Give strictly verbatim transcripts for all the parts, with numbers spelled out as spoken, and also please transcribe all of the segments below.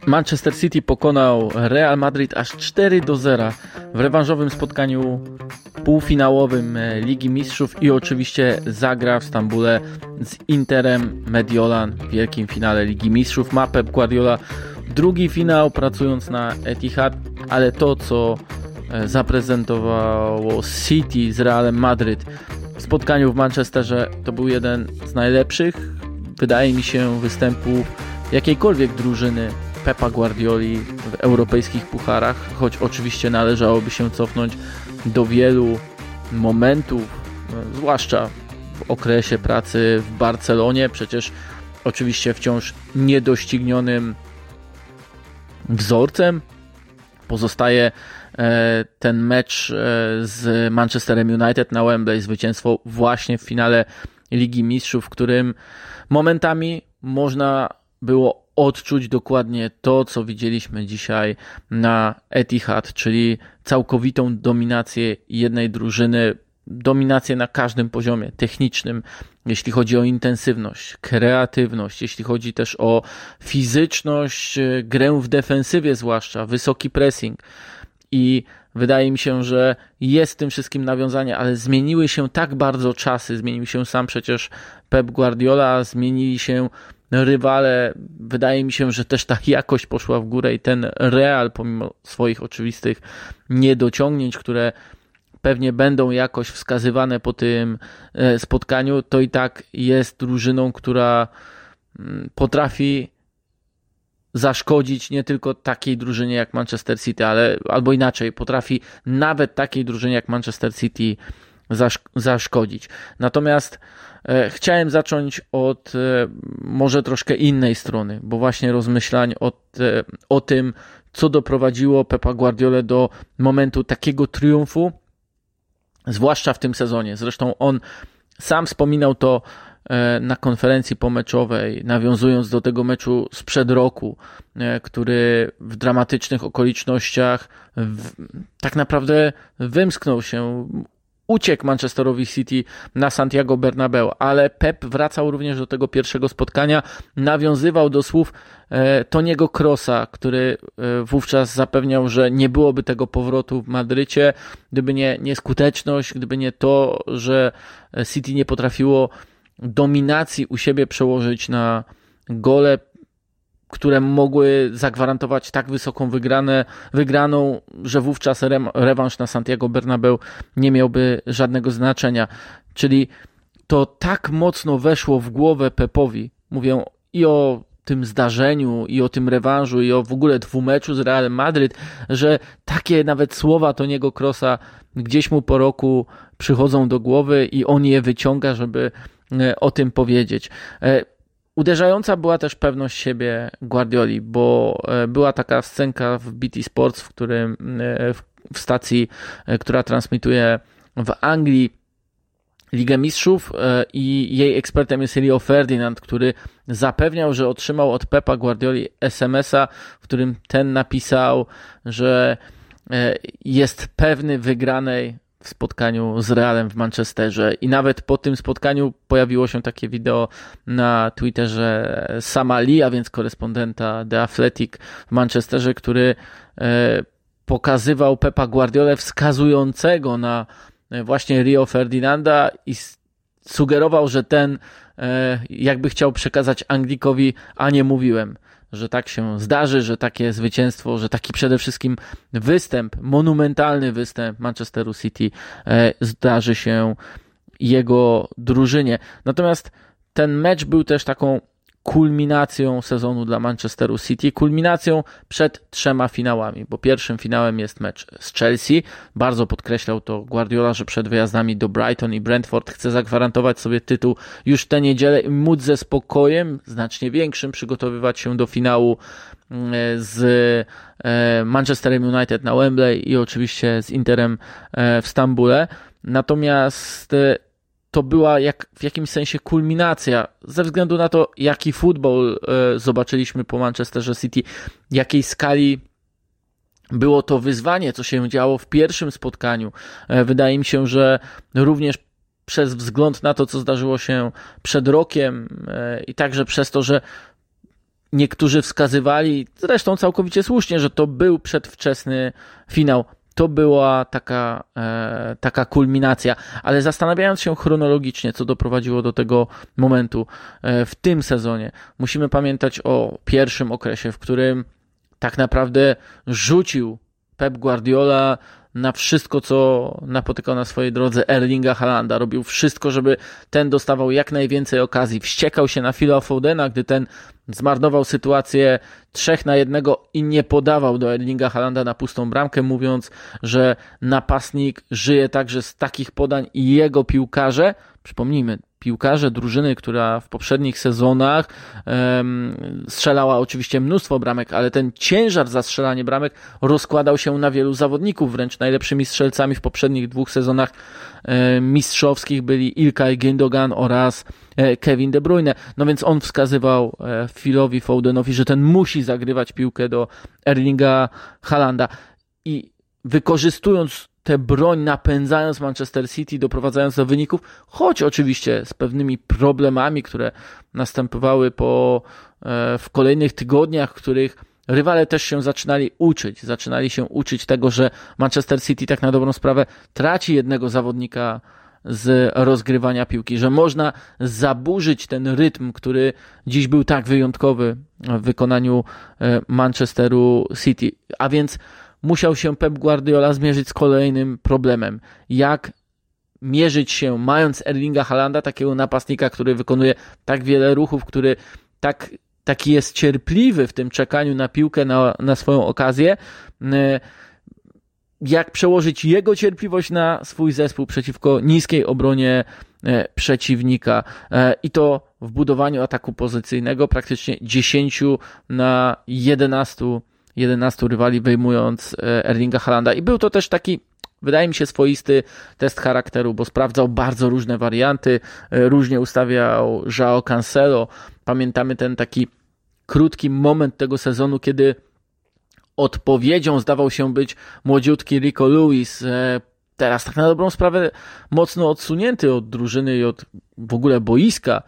Manchester City pokonał Real Madrid aż cztery do zera w rewanżowym spotkaniu półfinałowym Ligi Mistrzów i oczywiście zagra w Stambule z Interem Mediolan w wielkim finale Ligi Mistrzów. Ma Pep Guardiola drugi finał pracując na Etihad, ale to co zaprezentowało City z Realem Madryt w spotkaniu w Manchesterze to był jeden z najlepszych, wydaje mi się, występów jakiejkolwiek drużyny Pepa Guardioli w europejskich pucharach, choć oczywiście należałoby się cofnąć do wielu momentów, zwłaszcza w okresie pracy w Barcelonie, przecież oczywiście wciąż niedoścignionym wzorcem pozostaje ten mecz z Manchesterem United na Wembley, zwycięstwo właśnie w finale Ligi Mistrzów, w którym momentami można było odczuć dokładnie to, co widzieliśmy dzisiaj na Etihad, czyli całkowitą dominację jednej drużyny, dominację na każdym poziomie technicznym, jeśli chodzi o intensywność, kreatywność, jeśli chodzi też o fizyczność, grę w defensywie zwłaszcza, wysoki pressing. I wydaje mi się, że jest w tym wszystkim nawiązanie, ale zmieniły się tak bardzo czasy, zmienił się sam przecież Pep Guardiola, zmienili się rywale, wydaje mi się, że też ta jakość poszła w górę i ten Real, pomimo swoich oczywistych niedociągnięć, które pewnie będą jakoś wskazywane po tym spotkaniu, to i tak jest drużyną, która potrafi zaszkodzić nie tylko takiej drużynie jak Manchester City, ale albo inaczej, potrafi nawet takiej drużynie jak Manchester City zaszk- zaszkodzić. Natomiast e, chciałem zacząć od e, może troszkę innej strony, bo właśnie rozmyślań od, e, o tym, co doprowadziło Pepa Guardiolę do momentu takiego triumfu, zwłaszcza w tym sezonie. Zresztą on sam wspominał to na konferencji pomeczowej, nawiązując do tego meczu sprzed roku, który w dramatycznych okolicznościach w, tak naprawdę wymsknął się, uciekł Manchesterowi City na Santiago Bernabeu, ale Pep wracał również do tego pierwszego spotkania, nawiązywał do słów Toniego Krosa, który wówczas zapewniał, że nie byłoby tego powrotu w Madrycie, gdyby nie nieskuteczność, gdyby nie to, że City nie potrafiło dominacji u siebie przełożyć na gole, które mogły zagwarantować tak wysoką wygranę, wygraną, że wówczas re, rewanż na Santiago Bernabeu nie miałby żadnego znaczenia. Czyli to tak mocno weszło w głowę Pepowi, mówię i o tym zdarzeniu, i o tym rewanżu, i o w ogóle dwumeczu z Realem Madryt, że takie nawet słowa Toniego Krosa gdzieś mu po roku przychodzą do głowy i on je wyciąga, żeby o tym powiedzieć. Uderzająca była też pewność siebie Guardioli, bo była taka scenka w B T Sports, w którym w stacji, która transmituje w Anglii Ligę Mistrzów i jej ekspertem jest Rio Ferdinand, który zapewniał, że otrzymał od Pepa Guardioli es em es a, w którym ten napisał, że jest pewny wygranej w spotkaniu z Realem w Manchesterze i nawet po tym spotkaniu pojawiło się takie wideo na Twitterze Sama Lee, a więc korespondenta The Athletic w Manchesterze, który pokazywał Pepa Guardiolę wskazującego na właśnie Rio Ferdinanda i sugerował, że ten jakby chciał przekazać Anglikowi, a nie mówiłem, że tak się zdarzy, że takie zwycięstwo, że taki przede wszystkim występ, monumentalny występ Manchesteru City zdarzy się jego drużynie. Natomiast ten mecz był też taką kulminacją sezonu dla Manchesteru City, kulminacją przed trzema finałami, bo pierwszym finałem jest mecz z Chelsea. Bardzo podkreślał to Guardiola, że przed wyjazdami do Brighton i Brentford chce zagwarantować sobie tytuł już tę niedzielę i móc ze spokojem, znacznie większym, przygotowywać się do finału z Manchesterem United na Wembley i oczywiście z Interem w Stambule. Natomiast to była jak, w jakimś sensie kulminacja, ze względu na to, jaki futbol e, zobaczyliśmy po Manchesterze City, jakiej skali było to wyzwanie, co się działo w pierwszym spotkaniu. E, wydaje mi się, że również przez wzgląd na to, co zdarzyło się przed rokiem e, i także przez to, że niektórzy wskazywali, zresztą całkowicie słusznie, że to był przedwczesny finał. To była taka, e, taka kulminacja, ale zastanawiając się chronologicznie, co doprowadziło do tego momentu e, w tym sezonie, musimy pamiętać o pierwszym okresie, w którym tak naprawdę rzucił Pep Guardiola na wszystko, co napotykał na swojej drodze Erlinga Haalanda. Robił wszystko, żeby ten dostawał jak najwięcej okazji. Wściekał się na Phila Fodena, gdy ten zmarnował sytuację trzech na jednego i nie podawał do Erlinga Haalanda na pustą bramkę, mówiąc, że napastnik żyje także z takich podań i jego piłkarze, przypomnijmy, piłkarze drużyny, która w poprzednich sezonach um, strzelała oczywiście mnóstwo bramek, ale ten ciężar za strzelanie bramek rozkładał się na wielu zawodników. Wręcz najlepszymi strzelcami w poprzednich dwóch sezonach e, mistrzowskich byli Ilkay Gündogan oraz e, Kevin De Bruyne. No więc on wskazywał e, Philowi Fodenowi, że ten musi zagrywać piłkę do Erlinga Haalanda i wykorzystując tę broń, napędzając Manchester City, doprowadzając do wyników, choć oczywiście z pewnymi problemami, które następowały po, e, w kolejnych tygodniach, w których rywale też się zaczynali uczyć. Zaczynali się uczyć tego, że Manchester City tak na dobrą sprawę traci jednego zawodnika z rozgrywania piłki, że można zaburzyć ten rytm, który dziś był tak wyjątkowy w wykonaniu e, Manchesteru City. A więc musiał się Pep Guardiola zmierzyć z kolejnym problemem. Jak mierzyć się, mając Erlinga Haalanda, takiego napastnika, który wykonuje tak wiele ruchów, który tak, taki jest cierpliwy w tym czekaniu na piłkę, na, na swoją okazję, jak przełożyć jego cierpliwość na swój zespół przeciwko niskiej obronie przeciwnika. I to w budowaniu ataku pozycyjnego praktycznie dziesięć na jedenaście jedenastu rywali, wyjmując Erlinga Haalanda. I był to też taki, wydaje mi się, swoisty test charakteru, bo sprawdzał bardzo różne warianty, różnie ustawiał João Cancelo. Pamiętamy ten taki krótki moment tego sezonu, kiedy odpowiedzią zdawał się być młodziutki Rico Lewis, teraz tak na dobrą sprawę mocno odsunięty od drużyny i od w ogóle boiska,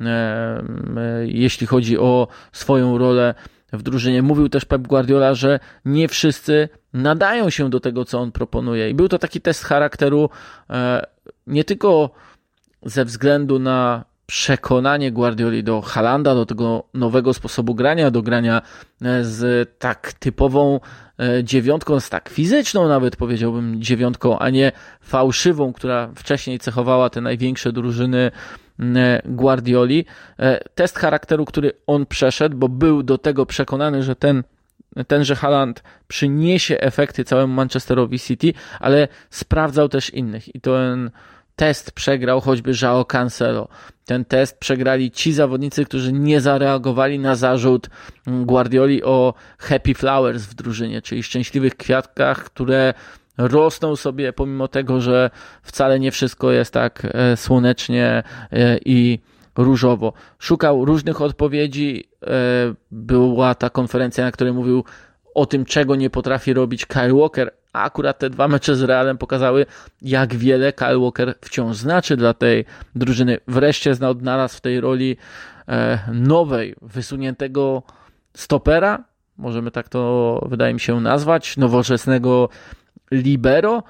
jeśli chodzi o swoją rolę w drużynie. Mówił też Pep Guardiola, że nie wszyscy nadają się do tego, co on proponuje. I był to taki test charakteru nie tylko ze względu na przekonanie Guardioli do Haalanda, do tego nowego sposobu grania, do grania z tak typową dziewiątką, z tak fizyczną nawet powiedziałbym dziewiątką, a nie fałszywą, która wcześniej cechowała te największe drużyny Guardioli. Test charakteru, który on przeszedł, bo był do tego przekonany, że ten, tenże Haaland przyniesie efekty całemu Manchesterowi City, ale sprawdzał też innych i ten test przegrał choćby João Cancelo. Ten test przegrali ci zawodnicy, którzy nie zareagowali na zarzut Guardioli o happy flowers w drużynie, czyli szczęśliwych kwiatkach, które rosną sobie pomimo tego, że wcale nie wszystko jest tak słonecznie i różowo. Szukał różnych odpowiedzi. Była ta konferencja, na której mówił o tym, czego nie potrafi robić Kyle Walker, a akurat te dwa mecze z Realem pokazały, jak wiele Kyle Walker wciąż znaczy dla tej drużyny. Wreszcie odnalazł w tej roli nowej, wysuniętego stopera, możemy tak to, wydaje mi się, nazwać, nowoczesnego libero,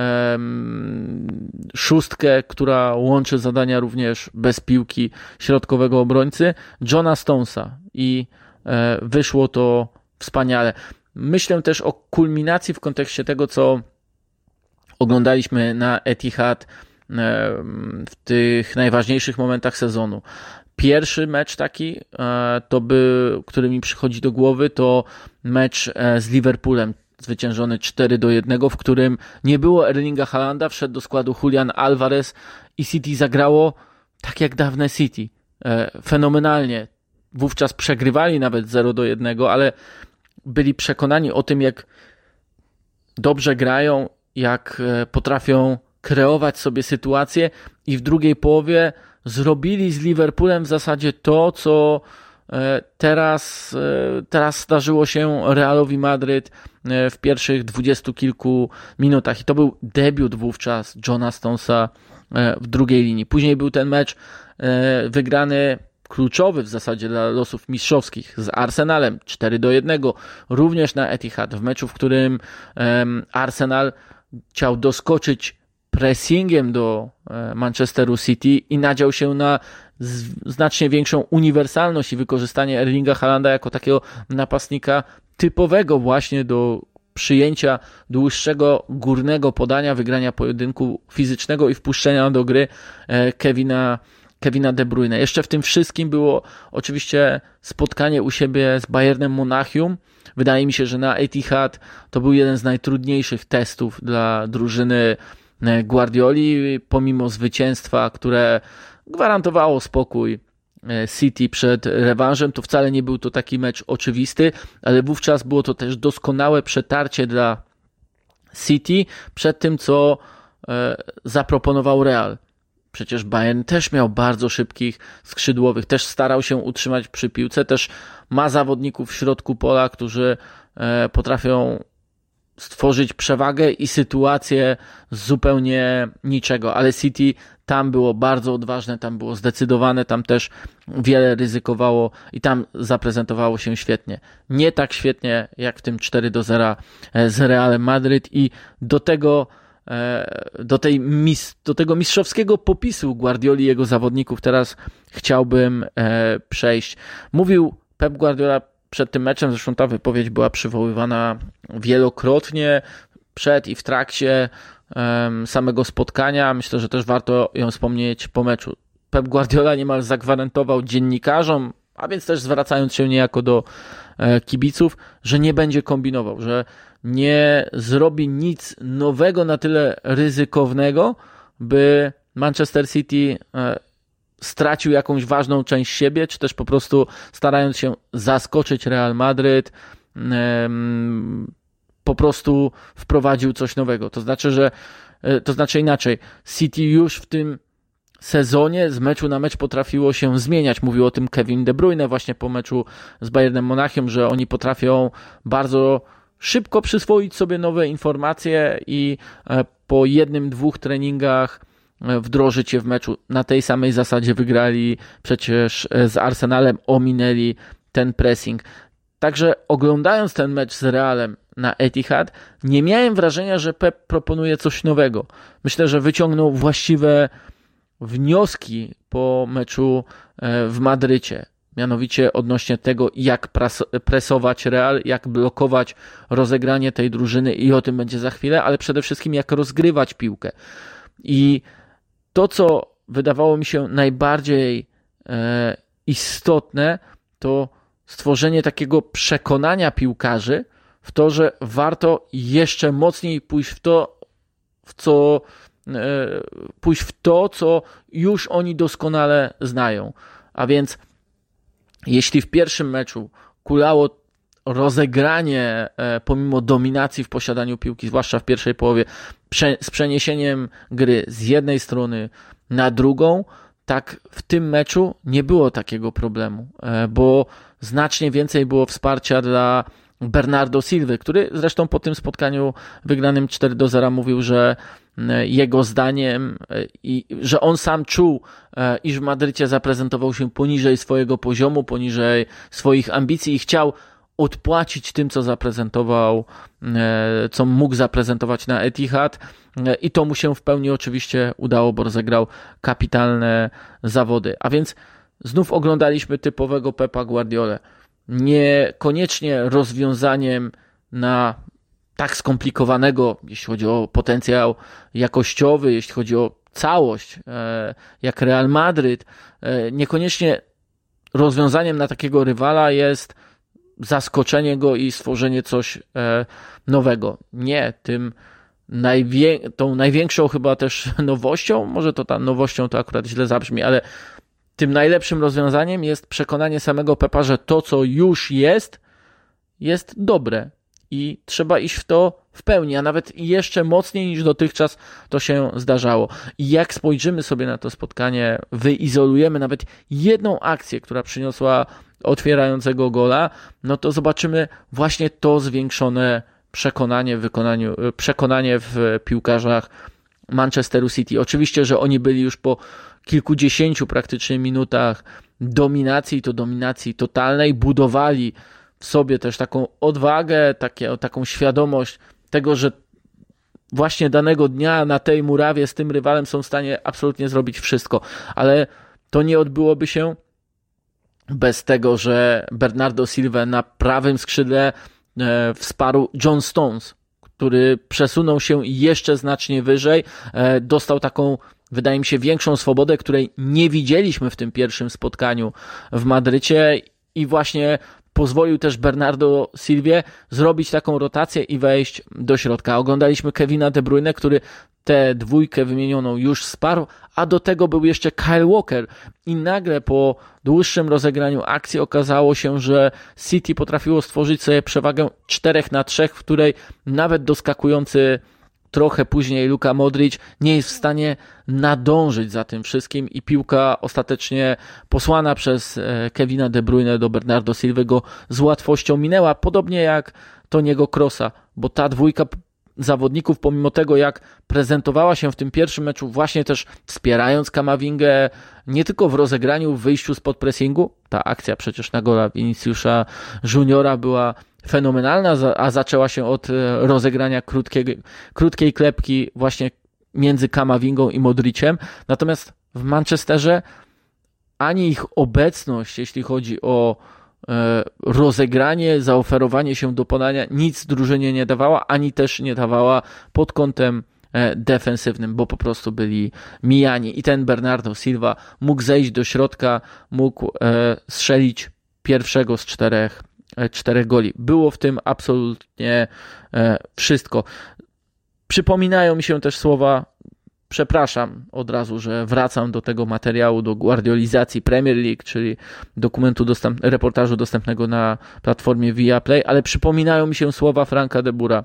szóstkę, która łączy zadania również bez piłki środkowego obrońcy, Johna Stonesa i wyszło to wspaniale. Myślę też o kulminacji w kontekście tego, co oglądaliśmy na Etihad w tych najważniejszych momentach sezonu. Pierwszy mecz taki, to by, który mi przychodzi do głowy, to mecz z Liverpoolem, zwyciężony cztery do jednego, w którym nie było Erlinga Haalanda, wszedł do składu Julian Alvarez i City zagrało tak jak dawne City. Fenomenalnie. Wówczas przegrywali nawet zero do jednego, ale byli przekonani o tym, jak dobrze grają, jak potrafią kreować sobie sytuację i w drugiej połowie zrobili z Liverpoolem w zasadzie to, co teraz, teraz zdarzyło się Realowi Madryt w pierwszych dwudziestu kilku minutach i to był debiut wówczas Johna Stonesa w drugiej linii. Później był ten mecz wygrany kluczowy w zasadzie dla losów mistrzowskich z Arsenalem cztery do jednego, również na Etihad, w meczu, w którym um, Arsenal chciał doskoczyć pressingiem do Manchesteru City i nadział się na znacznie większą uniwersalność i wykorzystanie Erlinga Haalanda jako takiego napastnika typowego właśnie do przyjęcia dłuższego górnego podania, wygrania pojedynku fizycznego i wpuszczenia do gry Kevina, Kevina De Bruyne. Jeszcze w tym wszystkim było oczywiście spotkanie u siebie z Bayernem Monachium. Wydaje mi się, że na Etihad to był jeden z najtrudniejszych testów dla drużyny Guardioli, pomimo zwycięstwa, które gwarantowało spokój City przed rewanżem. To wcale nie był to taki mecz oczywisty, ale wówczas było to też doskonałe przetarcie dla City przed tym, co zaproponował Real. Przecież Bayern też miał bardzo szybkich skrzydłowych, też starał się utrzymać przy piłce, też ma zawodników w środku pola, którzy potrafią stworzyć przewagę i sytuację z zupełnie niczego, ale City tam było bardzo odważne, tam było zdecydowane, tam też wiele ryzykowało i tam zaprezentowało się świetnie. Nie tak świetnie jak w tym cztery do zera z Realem Madryt i do tego do, tej mis, do tego mistrzowskiego popisu Guardioli i jego zawodników teraz chciałbym przejść. Mówił Pep Guardiola przed tym meczem, zresztą ta wypowiedź była przywoływana wielokrotnie przed i w trakcie um, samego spotkania. Myślę, że też warto ją wspomnieć po meczu. Pep Guardiola niemal zagwarantował dziennikarzom, a więc też zwracając się niejako do e, kibiców, że nie będzie kombinował, że nie zrobi nic nowego na tyle ryzykownego, by Manchester City e, stracił jakąś ważną część siebie, czy też po prostu starając się zaskoczyć Real Madryt, po prostu wprowadził coś nowego. To znaczy, że to znaczy inaczej. City już w tym sezonie z meczu na mecz potrafiło się zmieniać. Mówił o tym Kevin De Bruyne właśnie po meczu z Bayernem Monachium, że oni potrafią bardzo szybko przyswoić sobie nowe informacje i po jednym, dwóch treningach wdrożyć je w meczu. Na tej samej zasadzie wygrali przecież z Arsenalem, ominęli ten pressing. Także oglądając ten mecz z Realem na Etihad, nie miałem wrażenia, że Pep proponuje coś nowego. Myślę, że wyciągnął właściwe wnioski po meczu w Madrycie. Mianowicie odnośnie tego, jak presować Real, jak blokować rozegranie tej drużyny i o tym będzie za chwilę, ale przede wszystkim jak rozgrywać piłkę. I to, co wydawało mi się najbardziej e, istotne, to stworzenie takiego przekonania piłkarzy w to, że warto jeszcze mocniej pójść w to, w co, e, pójść w to, co już oni doskonale znają. A więc jeśli w pierwszym meczu kulało rozegranie e, pomimo dominacji w posiadaniu piłki, zwłaszcza w pierwszej połowie, prze, z przeniesieniem gry z jednej strony na drugą, tak w tym meczu nie było takiego problemu, e, bo znacznie więcej było wsparcia dla Bernardo Silva, który zresztą po tym spotkaniu wygranym cztery do zera mówił, że jego zdaniem i że on sam czuł, iż w Madrycie zaprezentował się poniżej swojego poziomu, poniżej swoich ambicji i chciał odpłacić tym, co zaprezentował, co mógł zaprezentować na Etihad i to mu się w pełni oczywiście udało, bo rozegrał kapitalne zawody. A więc znów oglądaliśmy typowego Pepa Guardiolę. Niekoniecznie rozwiązaniem na tak skomplikowanego, jeśli chodzi o potencjał jakościowy, jeśli chodzi o całość, jak Real Madryt, niekoniecznie rozwiązaniem na takiego rywala jest zaskoczenie go i stworzenie coś nowego. Nie, tym najwię- tą największą chyba też nowością, może to ta nowością to akurat źle zabrzmi, ale tym najlepszym rozwiązaniem jest przekonanie samego Pepa, że to, co już jest, jest dobre i trzeba iść w to w pełni, a nawet jeszcze mocniej niż dotychczas to się zdarzało. I jak spojrzymy sobie na to spotkanie, wyizolujemy nawet jedną akcję, która przyniosła otwierającego gola, no to zobaczymy właśnie to zwiększone przekonanie w wykonaniu, przekonanie w piłkarzach Manchesteru City. Oczywiście, że oni byli już po kilkudziesięciu praktycznie minutach dominacji, to dominacji totalnej, budowali w sobie też taką odwagę, takie, taką świadomość tego, że właśnie danego dnia na tej murawie z tym rywalem są w stanie absolutnie zrobić wszystko, ale to nie odbyłoby się bez tego, że Bernardo Silva na prawym skrzydle e, wsparł John Stones, który przesunął się jeszcze znacznie wyżej, e, dostał taką, wydaje mi się, większą swobodę, której nie widzieliśmy w tym pierwszym spotkaniu w Madrycie i właśnie pozwolił też Bernardo Silvie zrobić taką rotację i wejść do środka. Oglądaliśmy Kevina De Bruyne, który tę dwójkę wymienioną już wsparł, a do tego był jeszcze Kyle Walker i nagle po dłuższym rozegraniu akcji okazało się, że City potrafiło stworzyć sobie przewagę czterech na trzech, w której nawet doskakujący trochę później Luka Modric nie jest w stanie nadążyć za tym wszystkim i piłka ostatecznie posłana przez Kevina De Bruyne do Bernardo Silva go z łatwością minęła, podobnie jak Toniego Krosa, bo ta dwójka zawodników, pomimo tego jak prezentowała się w tym pierwszym meczu, właśnie też wspierając Kamavingę, nie tylko w rozegraniu, w wyjściu spod pressingu, ta akcja przecież na gola Viniciusza Juniora była fenomenalna, a zaczęła się od rozegrania krótkiej, krótkiej klepki właśnie między Kamavingą i Modriciem. Natomiast w Manchesterze ani ich obecność, jeśli chodzi o e, rozegranie, zaoferowanie się do podania, nic drużynie nie dawała, ani też nie dawała pod kątem e, defensywnym, bo po prostu byli mijani. I ten Bernardo Silva mógł zejść do środka, mógł e, strzelić pierwszego z czterech czterech goli. Było w tym absolutnie e, wszystko. Przypominają mi się też słowa, przepraszam od razu, że wracam do tego materiału, do guardiolizacji Premier League, czyli dokumentu, dostęp, reportażu dostępnego na platformie Viaplay, ale przypominają mi się słowa Franka de Boera,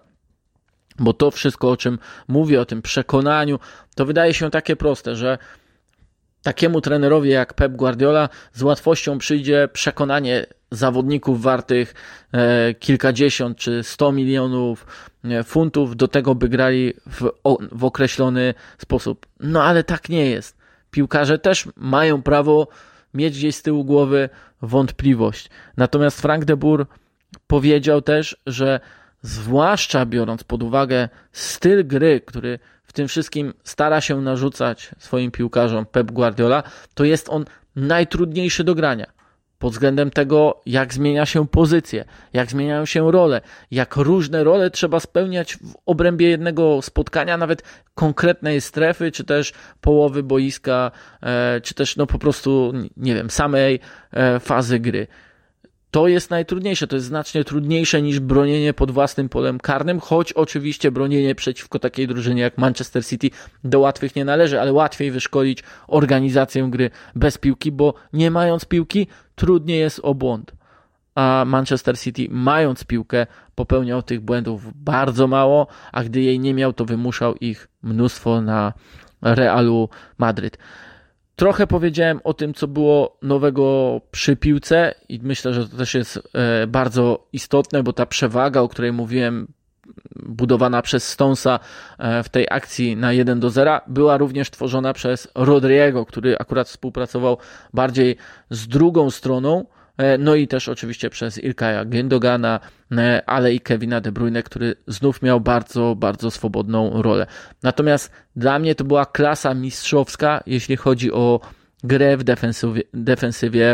bo to wszystko, o czym mówię, o tym przekonaniu, to wydaje się takie proste, że takiemu trenerowi jak Pep Guardiola z łatwością przyjdzie przekonanie zawodników wartych e, kilkadziesiąt czy sto milionów e, funtów do tego, by grali w, o, w określony sposób. No ale tak nie jest. Piłkarze też mają prawo mieć gdzieś z tyłu głowy wątpliwość. Natomiast Frank de Boer powiedział też, że zwłaszcza biorąc pod uwagę styl gry, który w tym wszystkim stara się narzucać swoim piłkarzom Pep Guardiola, to jest on najtrudniejszy do grania. Pod względem tego, jak zmienia się pozycje, jak zmieniają się role, jak różne role trzeba spełniać w obrębie jednego spotkania, nawet konkretnej strefy, czy też połowy boiska, czy też no po prostu, nie wiem, samej fazy gry. To jest najtrudniejsze, to jest znacznie trudniejsze niż bronienie pod własnym polem karnym, choć oczywiście bronienie przeciwko takiej drużynie jak Manchester City do łatwych nie należy, ale łatwiej wyszkolić organizację gry bez piłki, bo nie mając piłki trudniej jest o błąd. A Manchester City, mając piłkę, popełniał tych błędów bardzo mało, a gdy jej nie miał, to wymuszał ich mnóstwo na Realu Madryt. Trochę powiedziałem o tym, co było nowego przy piłce i myślę, że to też jest bardzo istotne, bo ta przewaga, o której mówiłem, budowana przez Stonesa w tej akcji na jeden do zera, była również tworzona przez Rodriego, który akurat współpracował bardziej z drugą stroną, no i też oczywiście przez Ilkaja Gündogana, ale i Kevina De Bruyne, który znów miał bardzo, bardzo swobodną rolę. Natomiast dla mnie to była klasa mistrzowska, jeśli chodzi o grę w defensywie, defensywie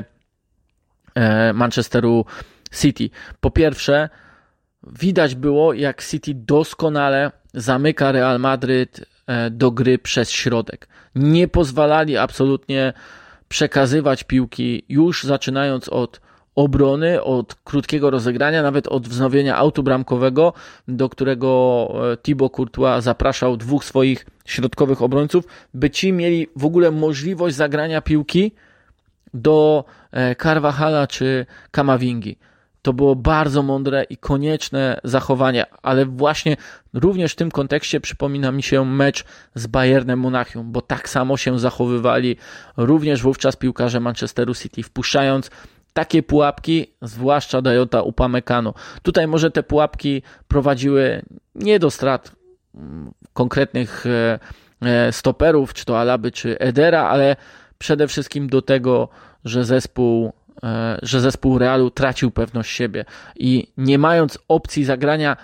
Manchesteru City. Po pierwsze, widać było, jak City doskonale zamyka Real Madryt do gry przez środek. Nie pozwalali absolutnie przekazywać piłki już zaczynając od obrony, od krótkiego rozegrania, nawet od wznowienia autu bramkowego, do którego Thibaut Courtois zapraszał dwóch swoich środkowych obrońców, by ci mieli w ogóle możliwość zagrania piłki do Carvajala czy Kamavingi. To było bardzo mądre i konieczne zachowanie, ale właśnie również w tym kontekście przypomina mi się mecz z Bayernem Monachium, bo tak samo się zachowywali również wówczas piłkarze Manchesteru City, wpuszczając takie pułapki, zwłaszcza Dayota Upamecano. Tutaj może te pułapki prowadziły nie do strat konkretnych stoperów, czy to Alaby, czy Edera, ale przede wszystkim do tego, że zespół, że zespół Realu tracił pewność siebie i nie mając opcji zagrania,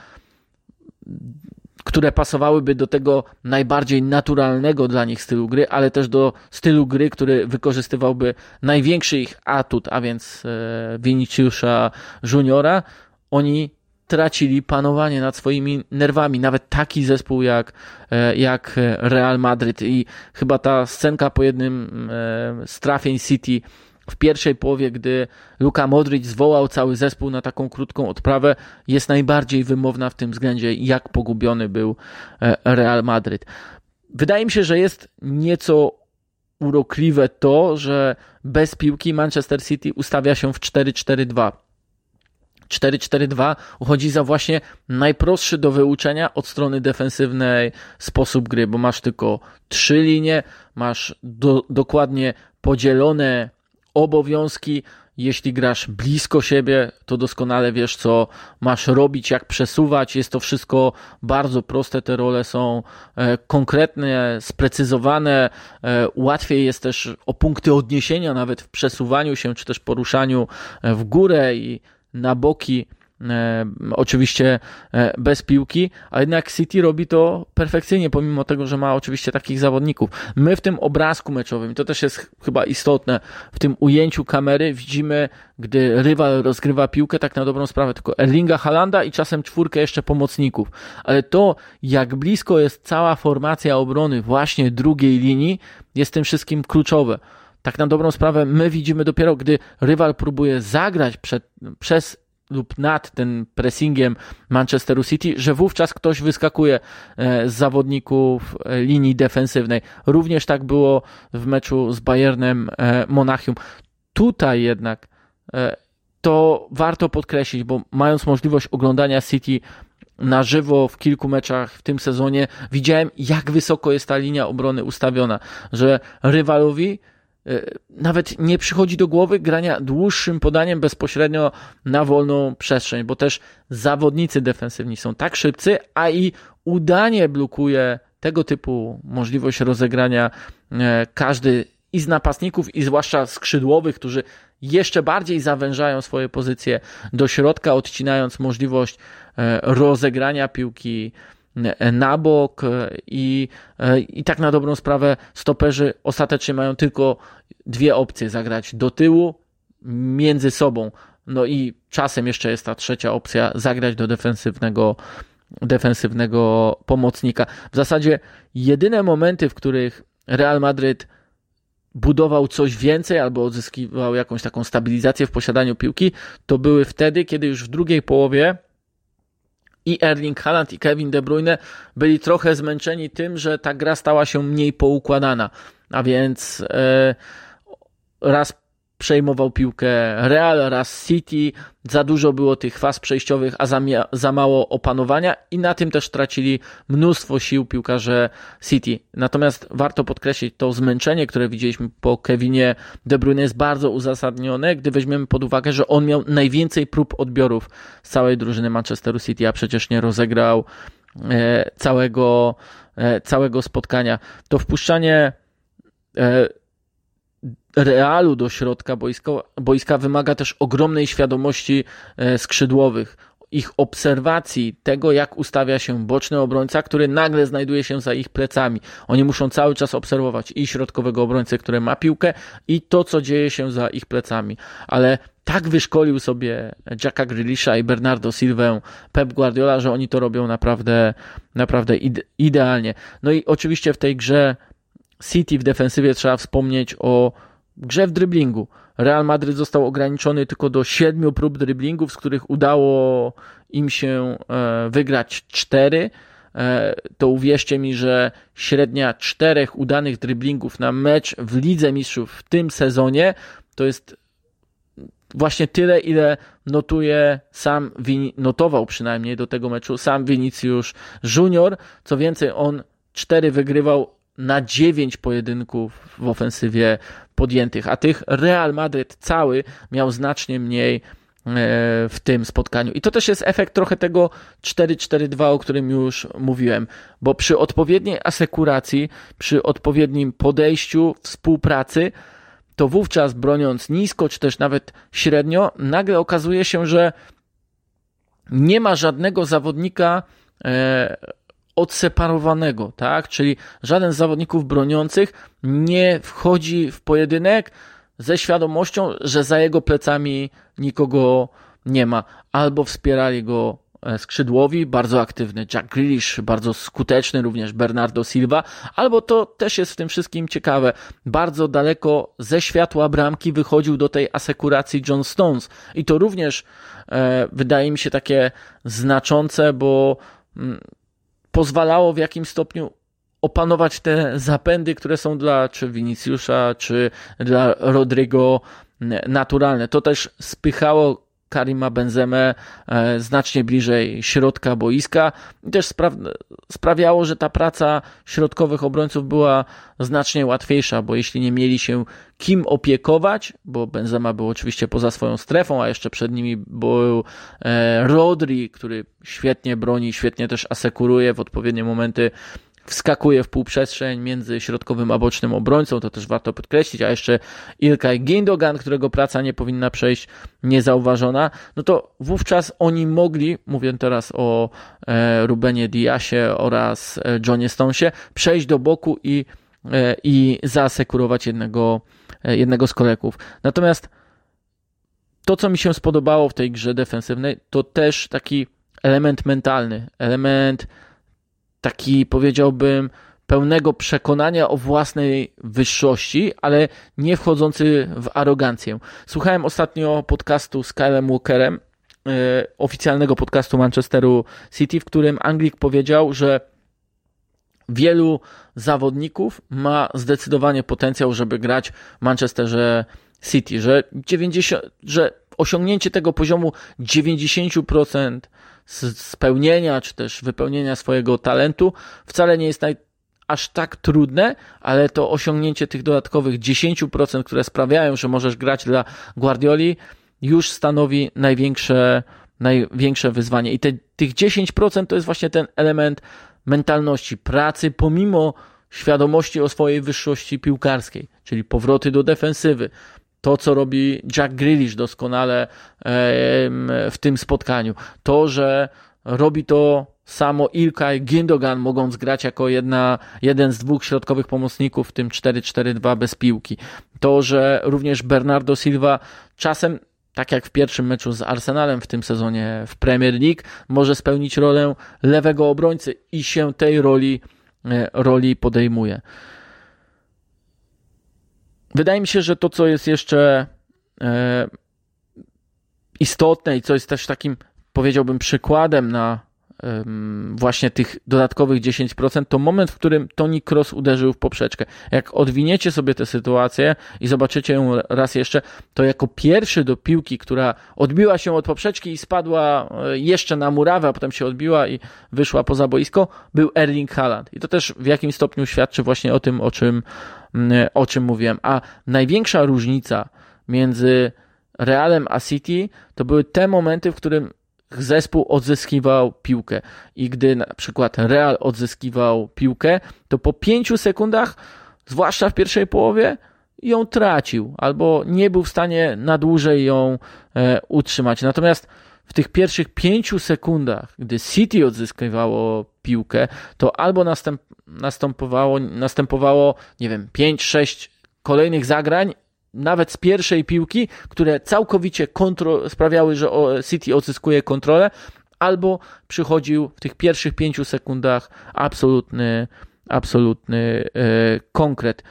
które pasowałyby do tego najbardziej naturalnego dla nich stylu gry, ale też do stylu gry, który wykorzystywałby największy ich atut, a więc Viniciusza Juniora, oni tracili panowanie nad swoimi nerwami. Nawet taki zespół jak, jak Real Madryt i chyba ta scenka po jednym z trafień City w pierwszej połowie, gdy Luka Modric zwołał cały zespół na taką krótką odprawę, jest najbardziej wymowna w tym względzie, jak pogubiony był Real Madryt. Wydaje mi się, że jest nieco urokliwe to, że bez piłki Manchester City ustawia się w cztery cztery dwa. cztery cztery dwa uchodzi za właśnie najprostszy do wyuczenia od strony defensywnej sposób gry, bo masz tylko trzy linie, masz do, dokładnie podzielone obowiązki. Jeśli grasz blisko siebie, to doskonale wiesz, co masz robić, jak przesuwać. Jest to wszystko bardzo proste, te role są e, konkretne, sprecyzowane. E, łatwiej jest też o punkty odniesienia nawet w przesuwaniu się, czy też poruszaniu w górę i na boki, e, oczywiście e, bez piłki, a jednak City robi to perfekcyjnie, pomimo tego, że ma oczywiście takich zawodników. My w tym obrazku meczowym, i to też jest chyba istotne, w tym ujęciu kamery widzimy, gdy rywal rozgrywa piłkę, tak na dobrą sprawę, tylko Erlinga Haalanda i czasem czwórkę jeszcze pomocników. Ale to, jak blisko jest cała formacja obrony właśnie drugiej linii, jest tym wszystkim kluczowe. Tak na dobrą sprawę my widzimy dopiero, gdy rywal próbuje zagrać przed, przez lub nad tym pressingiem Manchesteru City, że wówczas ktoś wyskakuje z zawodników linii defensywnej. Również tak było w meczu z Bayernem Monachium. Tutaj jednak to warto podkreślić, bo mając możliwość oglądania City na żywo w kilku meczach w tym sezonie, widziałem, jak wysoko jest ta linia obrony ustawiona, że rywalowi nawet nie przychodzi do głowy grania dłuższym podaniem bezpośrednio na wolną przestrzeń, bo też zawodnicy defensywni są tak szybcy, a i udanie blokuje tego typu możliwość rozegrania każdy i z napastników, i zwłaszcza skrzydłowych, którzy jeszcze bardziej zawężają swoje pozycje do środka, odcinając możliwość rozegrania piłki na bok i, i tak na dobrą sprawę stoperzy ostatecznie mają tylko dwie opcje: zagrać do tyłu między sobą, no i czasem jeszcze jest ta trzecia opcja, zagrać do defensywnego, defensywnego pomocnika. W zasadzie jedyne momenty, w których Real Madryt budował coś więcej albo odzyskiwał jakąś taką stabilizację w posiadaniu piłki, to były wtedy, kiedy już w drugiej połowie i Erling Haaland, i Kevin De Bruyne byli trochę zmęczeni tym, że ta gra stała się mniej poukładana. A więc e, raz przejmował piłkę Real, raz City, za dużo było tych faz przejściowych, a za, mia- za mało opanowania i na tym też tracili mnóstwo sił piłkarze City. Natomiast warto podkreślić, to zmęczenie, które widzieliśmy po Kevinie De Bruyne, jest bardzo uzasadnione, gdy weźmiemy pod uwagę, że on miał najwięcej prób odbiorów z całej drużyny Manchesteru City, a przecież nie rozegrał e, całego, e, całego spotkania. To wpuszczanie e, Realu do środka boiska, boiska wymaga też ogromnej świadomości skrzydłowych, ich obserwacji tego, jak ustawia się boczny obrońca, który nagle znajduje się za ich plecami. Oni muszą cały czas obserwować i środkowego obrońcę, który ma piłkę, i to, co dzieje się za ich plecami. Ale tak wyszkolił sobie Jacka Grealisha i Bernardo Silvę Pep Guardiola, że oni to robią naprawdę, naprawdę ide- idealnie. No i oczywiście w tej grze City w defensywie trzeba wspomnieć o grze w driblingu. Real Madryt został ograniczony tylko do siedmiu prób driblingów, z których udało im się wygrać cztery. To uwierzcie mi, że średnia czterech udanych driblingów na mecz w Lidze Mistrzów w tym sezonie to jest właśnie tyle, ile notuje sam, notował przynajmniej do tego meczu sam Vinicius Junior. Co więcej, on cztery wygrywał na dziewięć pojedynków w ofensywie podjętych, a tych Real Madryt cały miał znacznie mniej w tym spotkaniu. I to też jest efekt trochę tego cztery cztery dwa, o którym już mówiłem, bo przy odpowiedniej asekuracji, przy odpowiednim podejściu, współpracy, to wówczas broniąc nisko, czy też nawet średnio, nagle okazuje się, że nie ma żadnego zawodnika e, odseparowanego, tak? Czyli żaden z zawodników broniących nie wchodzi w pojedynek ze świadomością, że za jego plecami nikogo nie ma. Albo wspierali go skrzydłowi, bardzo aktywny Jack Grealish, bardzo skuteczny również Bernardo Silva, albo to też jest w tym wszystkim ciekawe, bardzo daleko ze światła bramki wychodził do tej asekuracji John Stones i to również e, wydaje mi się takie znaczące, bo mm, pozwalało w jakimś stopniu opanować te zapędy, które są dla czy Viniciusza, czy dla Rodrigo naturalne. To też spychało Karima Benzemę e, znacznie bliżej środka boiska i też spra- sprawiało, że ta praca środkowych obrońców była znacznie łatwiejsza, bo jeśli nie mieli się kim opiekować, bo Benzema był oczywiście poza swoją strefą, a jeszcze przed nimi był e, Rodri, który świetnie broni, świetnie też asekuruje w odpowiednie momenty, wskakuje w półprzestrzeń między środkowym a bocznym obrońcą, to też warto podkreślić, a jeszcze Ilkay Gündogan, którego praca nie powinna przejść niezauważona, no to wówczas oni mogli, mówię teraz o e, Rubenie Diasie oraz e, Johnie Stonesie, przejść do boku i, e, i zaasekurować jednego, e, jednego z kolegów. Natomiast to, co mi się spodobało w tej grze defensywnej, to też taki element mentalny, element taki, powiedziałbym, pełnego przekonania o własnej wyższości, ale nie wchodzący w arogancję. Słuchałem ostatnio podcastu z Kylem Walkerem, yy, oficjalnego podcastu Manchesteru City, w którym Anglik powiedział, że wielu zawodników ma zdecydowanie potencjał, żeby grać w Manchesterze City, że, dziewięćdziesiąt, że osiągnięcie tego poziomu dziewięćdziesiąt procent spełnienia, czy też wypełnienia swojego talentu wcale nie jest naj, aż tak trudne, ale to osiągnięcie tych dodatkowych dziesięć procent, które sprawiają, że możesz grać dla Guardioli, już stanowi największe, największe wyzwanie. I te, tych dziesięć procent to jest właśnie ten element mentalności, pracy, pomimo świadomości o swojej wyższości piłkarskiej, czyli powroty do defensywy, to, co robi Jack Grealish doskonale w tym spotkaniu. To, że robi to samo Ilkay Gündogan, mogąc grać jako jedna, jeden z dwóch środkowych pomocników w tym cztery cztery dwa bez piłki. To, że również Bernardo Silva czasem, tak jak w pierwszym meczu z Arsenalem w tym sezonie w Premier League, może spełnić rolę lewego obrońcy i się tej roli, roli podejmuje. Wydaje mi się, że to, co jest jeszcze e, istotne i co jest też takim, powiedziałbym, przykładem na e, właśnie tych dodatkowych dziesięć procent, to moment, w którym Toni Kroos uderzył w poprzeczkę. Jak odwiniecie sobie tę sytuację i zobaczycie ją raz jeszcze, to jako pierwszy do piłki, która odbiła się od poprzeczki i spadła jeszcze na murawę, a potem się odbiła i wyszła poza boisko, był Erling Haaland. I to też w jakimś stopniu świadczy właśnie o tym, o czym o czym mówiłem. A największa różnica między Realem a City to były te momenty, w którym zespół odzyskiwał piłkę. I gdy na przykład Real odzyskiwał piłkę, to po pięciu sekundach, zwłaszcza w pierwszej połowie, ją tracił albo nie był w stanie na dłużej ją e, utrzymać. Natomiast w tych pierwszych pięciu sekundach, gdy City odzyskiwało piłkę, to albo następ, następowało, następowało, nie wiem, pięć sześć kolejnych zagrań, nawet z pierwszej piłki, które całkowicie kontro- sprawiały, że City odzyskuje kontrolę, albo przychodził w tych pierwszych pięciu sekundach absolutny, absolutny e, konkret.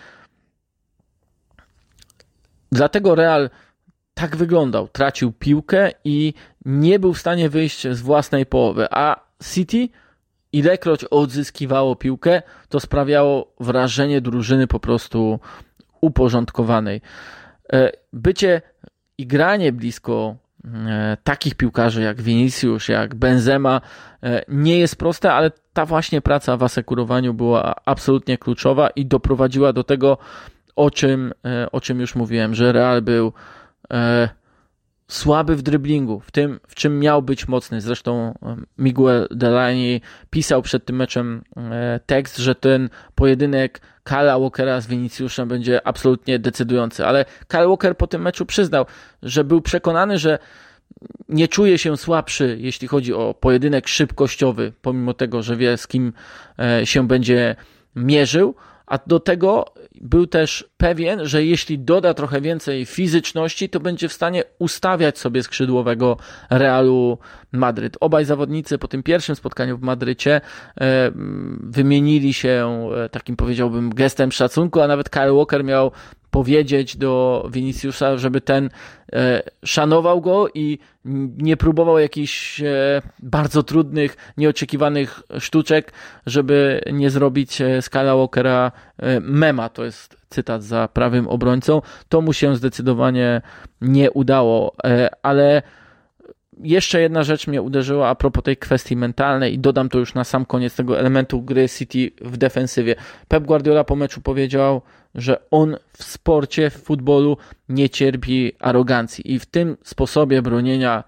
Dlatego Real tak wyglądał. Tracił piłkę i nie był w stanie wyjść z własnej połowy. A City, ilekroć odzyskiwało piłkę, to sprawiało wrażenie drużyny po prostu uporządkowanej. Bycie i granie blisko takich piłkarzy jak Vinicius, jak Benzema nie jest proste, ale ta właśnie praca w asekurowaniu była absolutnie kluczowa i doprowadziła do tego, o czym, o czym już mówiłem, że Real był słaby w driblingu, w tym, w czym miał być mocny. Zresztą Miguel Delaney pisał przed tym meczem tekst, że ten pojedynek Kyla Walkera z Viniciusem będzie absolutnie decydujący, ale Kyle Walker po tym meczu przyznał, że był przekonany, że nie czuje się słabszy, jeśli chodzi o pojedynek szybkościowy, pomimo tego, że wie, z kim się będzie mierzył, a do tego był też pewien, że jeśli doda trochę więcej fizyczności, to będzie w stanie ustawiać sobie skrzydłowego Realu Madryt. Obaj zawodnicy po tym pierwszym spotkaniu w Madrycie wymienili się takim, powiedziałbym, gestem szacunku, a nawet Kyle Walker miał powiedzieć do Viniciusa, żeby ten e, szanował go i nie próbował jakichś e, bardzo trudnych, nieoczekiwanych sztuczek, żeby nie zrobić z Kyla Walkera e, mema. To jest cytat za prawym obrońcą. To mu się zdecydowanie nie udało, e, ale jeszcze jedna rzecz mnie uderzyła a propos tej kwestii mentalnej i dodam to już na sam koniec tego elementu gry City w defensywie. Pep Guardiola po meczu powiedział, że on w sporcie, w futbolu nie cierpi arogancji i w tym sposobie bronienia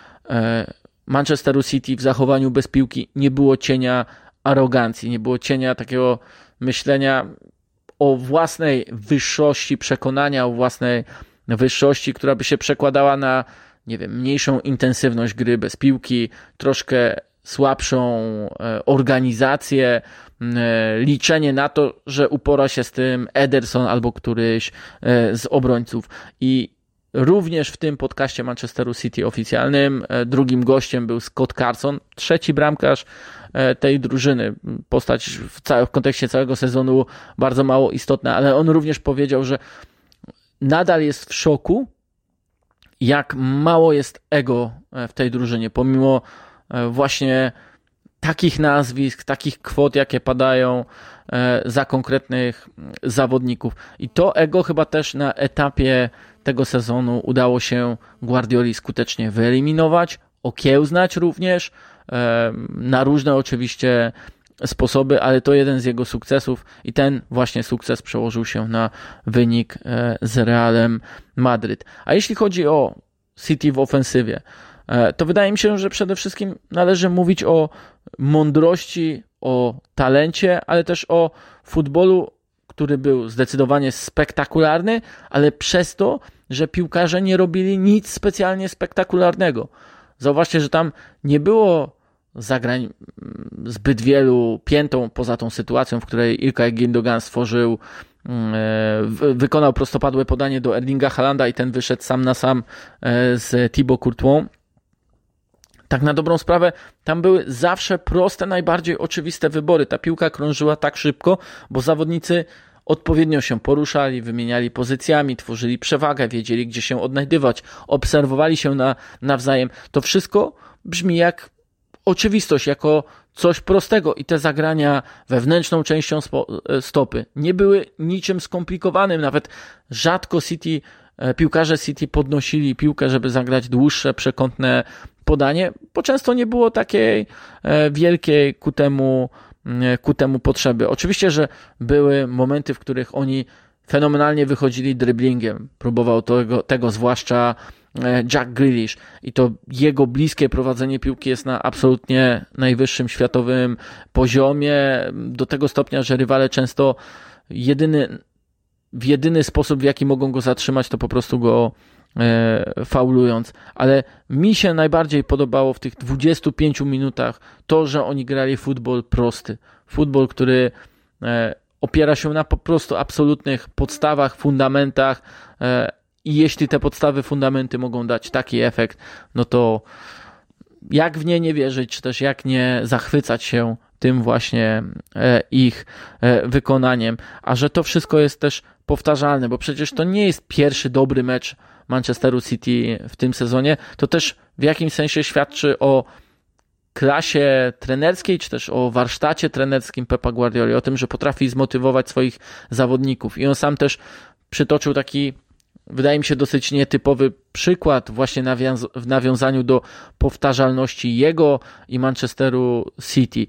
Manchesteru City w zachowaniu bez piłki nie było cienia arogancji, nie było cienia takiego myślenia o własnej wyższości, przekonania o własnej wyższości, która by się przekładała na, nie wiem, mniejszą intensywność gry bez piłki, troszkę słabszą organizację, liczenie na to, że upora się z tym Ederson albo któryś z obrońców. I również w tym podcaście Manchesteru City oficjalnym drugim gościem był Scott Carson, trzeci bramkarz tej drużyny. Postać w, całym, w kontekście całego sezonu bardzo mało istotna, ale on również powiedział, że nadal jest w szoku, jak mało jest ego w tej drużynie, pomimo właśnie takich nazwisk, takich kwot, jakie padają za konkretnych zawodników. I to ego chyba też na etapie tego sezonu udało się Guardioli skutecznie wyeliminować, okiełznać również, na różne oczywiście sposoby, ale to jeden z jego sukcesów i ten właśnie sukces przełożył się na wynik z Realem Madryt. A jeśli chodzi o City w ofensywie, to wydaje mi się, że przede wszystkim należy mówić o mądrości, o talencie, ale też o futbolu, który był zdecydowanie spektakularny, ale przez to, że piłkarze nie robili nic specjalnie spektakularnego. Zauważcie, że tam nie było zagrań zbyt wielu piętą poza tą sytuacją, w której Ilkay Gündogan stworzył, wykonał prostopadłe podanie do Erlinga Haalanda i ten wyszedł sam na sam z Thibaut Courtois. Tak na dobrą sprawę, tam były zawsze proste, najbardziej oczywiste wybory. Ta piłka krążyła tak szybko, bo zawodnicy odpowiednio się poruszali, wymieniali pozycjami, tworzyli przewagę, wiedzieli, gdzie się odnajdywać, obserwowali się na, nawzajem. To wszystko brzmi jak oczywistość, jako coś prostego i te zagrania wewnętrzną częścią stopy nie były niczym skomplikowanym. Nawet rzadko City, piłkarze City podnosili piłkę, żeby zagrać dłuższe, przekątne podanie, bo często nie było takiej wielkiej ku temu, ku temu potrzeby. Oczywiście, że były momenty, w których oni fenomenalnie wychodzili driblingiem. Próbował tego, tego zwłaszcza Jack Grealish i to jego bliskie prowadzenie piłki jest na absolutnie najwyższym światowym poziomie, do tego stopnia, że rywale często jedyny, w jedyny sposób, w jaki mogą go zatrzymać, to po prostu go e, faulując. Ale mi się najbardziej podobało w tych dwudziestu pięciu minutach to, że oni grali futbol prosty. Futbol, który e, opiera się na po prostu absolutnych podstawach, fundamentach, e, i jeśli te podstawy, fundamenty mogą dać taki efekt, no to jak w nie nie wierzyć, czy też jak nie zachwycać się tym właśnie ich wykonaniem. A że to wszystko jest też powtarzalne, bo przecież to nie jest pierwszy dobry mecz Manchesteru City w tym sezonie, to też w jakimś sensie świadczy o klasie trenerskiej, czy też o warsztacie trenerskim Pepa Guardioli, o tym, że potrafi zmotywować swoich zawodników. I on sam też przytoczył taki, wydaje mi się, dosyć nietypowy przykład właśnie nawiaz- w nawiązaniu do powtarzalności jego i Manchesteru City.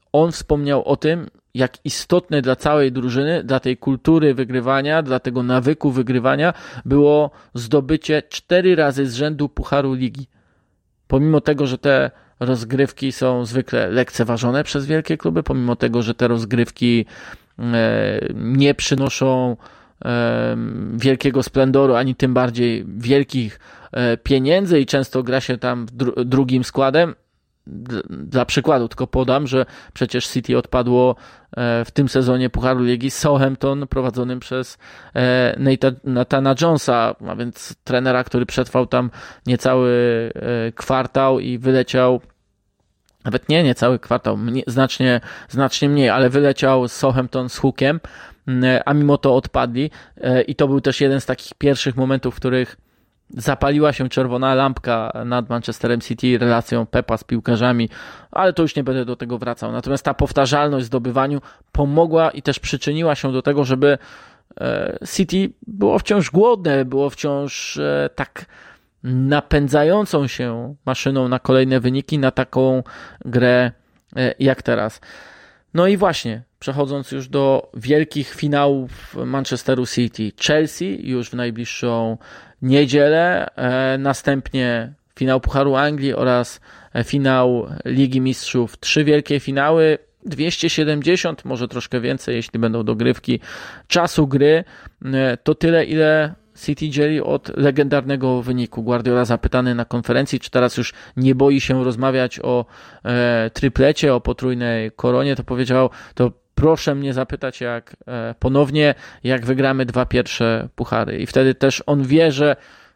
on wspomniał o tym, jak istotne dla całej drużyny, dla tej kultury wygrywania, dla tego nawyku wygrywania było zdobycie cztery razy z rzędu Pucharu Ligi. Pomimo tego, że te rozgrywki są zwykle lekceważone przez wielkie kluby, pomimo tego, że te rozgrywki nie przynoszą wielkiego splendoru, ani tym bardziej wielkich pieniędzy i często gra się tam dru- drugim składem. Dla przykładu tylko podam, że przecież City odpadło w tym sezonie Pucharu Ligi z Southampton prowadzonym przez Nathana Jonesa, a więc trenera, który przetrwał tam niecały kwartał i wyleciał, nawet nie, nie cały kwartał, mnie, znacznie, znacznie mniej, ale wyleciał z Southampton z hukiem, a mimo to odpadli i to był też jeden z takich pierwszych momentów, w których zapaliła się czerwona lampka nad Manchesterem City, relacją Pepa z piłkarzami, ale to już nie będę do tego wracał. Natomiast ta powtarzalność w zdobywaniu pomogła i też przyczyniła się do tego, żeby City było wciąż głodne, było wciąż tak napędzającą się maszyną na kolejne wyniki, na taką grę jak teraz. No i właśnie, przechodząc już do wielkich finałów Manchesteru City, Chelsea już w najbliższą niedzielę, e, następnie finał Pucharu Anglii oraz finał Ligi Mistrzów. Trzy wielkie finały, dwieście siedemdziesiąt, może troszkę więcej, jeśli będą dogrywki czasu gry. E, to tyle, ile City dzieli od legendarnego wyniku. Guardiola zapytany na konferencji, czy teraz już nie boi się rozmawiać o e, tryplecie, o potrójnej koronie, to powiedział, to proszę mnie zapytać jak e, ponownie, jak wygramy dwa pierwsze puchary. I wtedy też on wie, że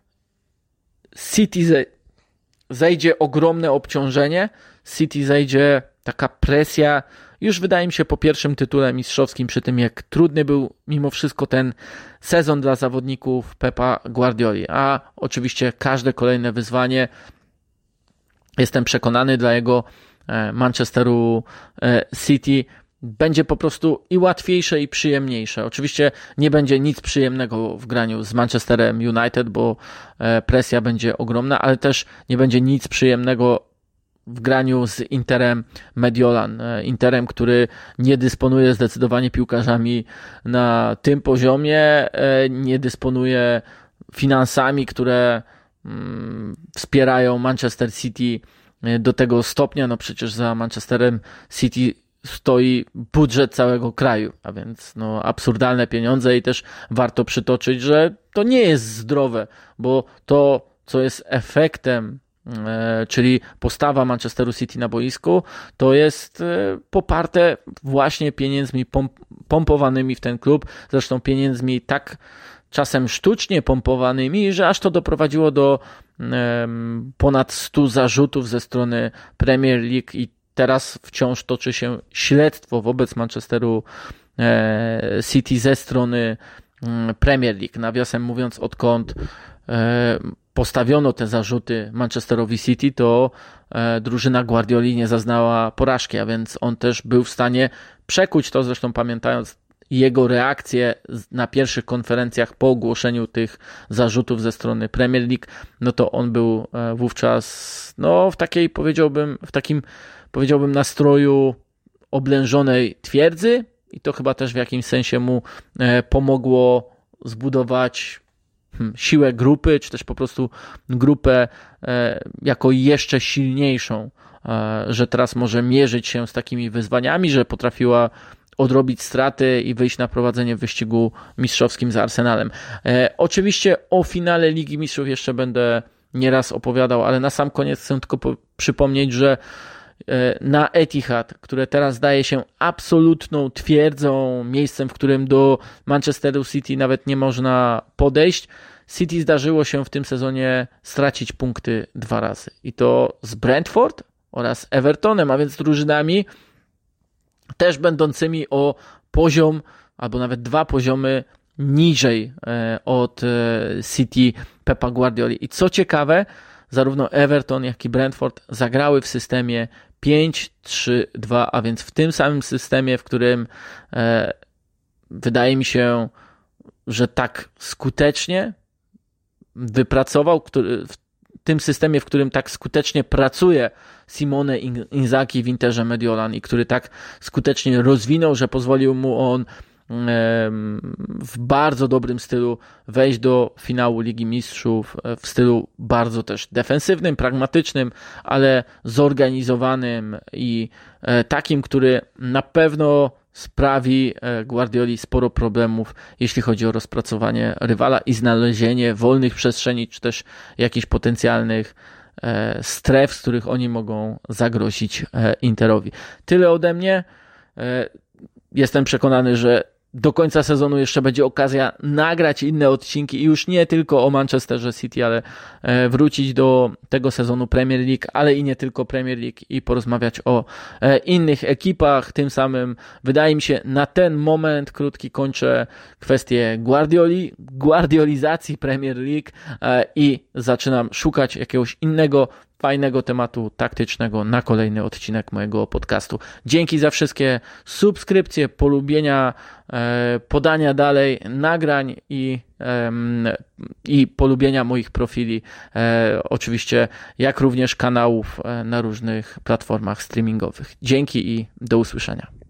City zejdzie ogromne obciążenie, City zejdzie taka presja, już wydaje mi się po pierwszym tytule mistrzowskim, przy tym jak trudny był mimo wszystko ten sezon dla zawodników Pepa Guardioli, a oczywiście każde kolejne wyzwanie, jestem przekonany, dla jego Manchesteru City będzie po prostu i łatwiejsze, i przyjemniejsze. Oczywiście nie będzie nic przyjemnego w graniu z Manchesterem United, bo presja będzie ogromna, ale też nie będzie nic przyjemnego w graniu z Interem Mediolan. Interem, który nie dysponuje zdecydowanie piłkarzami na tym poziomie, nie dysponuje finansami, które wspierają Manchester City do tego stopnia. No przecież za Manchesterem City stoi budżet całego kraju, a więc no absurdalne pieniądze i też warto przytoczyć, że to nie jest zdrowe, bo to, co jest efektem, e, czyli postawa Manchesteru City na boisku, to jest e, poparte właśnie pieniędzmi pomp- pompowanymi w ten klub, zresztą pieniędzmi tak czasem sztucznie pompowanymi, że aż to doprowadziło do e, ponad stu zarzutów ze strony Premier League i teraz wciąż toczy się śledztwo wobec Manchesteru City ze strony Premier League. Nawiasem mówiąc, odkąd postawiono te zarzuty Manchesterowi City, to drużyna Guardioli nie zaznała porażki, a więc on też był w stanie przekuć to, zresztą pamiętając jego reakcję na pierwszych konferencjach po ogłoszeniu tych zarzutów ze strony Premier League, no to on był wówczas no w takiej, powiedziałbym, w takim powiedziałbym nastroju oblężonej twierdzy i to chyba też w jakimś sensie mu pomogło zbudować siłę grupy, czy też po prostu grupę jako jeszcze silniejszą, że teraz może mierzyć się z takimi wyzwaniami, że potrafiła odrobić straty i wyjść na prowadzenie w wyścigu mistrzowskim z Arsenalem. E, oczywiście o finale Ligi Mistrzów jeszcze będę nieraz opowiadał, ale na sam koniec chcę tylko po- przypomnieć, że e, na Etihad, które teraz zdaje się absolutną twierdzą, miejscem, w którym do Manchesteru City nawet nie można podejść, City zdarzyło się w tym sezonie stracić punkty dwa razy. I to z Brentford oraz Evertonem, a więc drużynami też będącymi o poziom, albo nawet dwa poziomy niżej od City Pepa Guardioli. I co ciekawe, zarówno Everton, jak i Brentford zagrały w systemie pięć trzy dwa, a więc w tym samym systemie, w którym e, wydaje mi się, że tak skutecznie wypracował który, tym systemie, w którym tak skutecznie pracuje Simone Inzaghi w Interze Mediolan i który tak skutecznie rozwinął, że pozwolił mu on w bardzo dobrym stylu wejść do finału Ligi Mistrzów, w stylu bardzo też defensywnym, pragmatycznym, ale zorganizowanym i takim, który na pewno sprawi Guardioli sporo problemów, jeśli chodzi o rozpracowanie rywala i znalezienie wolnych przestrzeni, czy też jakichś potencjalnych stref, z których oni mogą zagrozić Interowi. Tyle ode mnie. Jestem przekonany, że do końca sezonu jeszcze będzie okazja nagrać inne odcinki i już nie tylko o Manchesterze City, ale wrócić do tego sezonu Premier League, ale i nie tylko Premier League i porozmawiać o innych ekipach. Tym samym wydaje mi się, na ten moment krótki kończę kwestię Guardioli, guardiolizacji Premier League i zaczynam szukać jakiegoś innego fajnego tematu taktycznego na kolejny odcinek mojego podcastu. Dzięki za wszystkie subskrypcje, polubienia, podania dalej nagrań i, i polubienia moich profili, oczywiście jak również kanałów na różnych platformach streamingowych. Dzięki i do usłyszenia.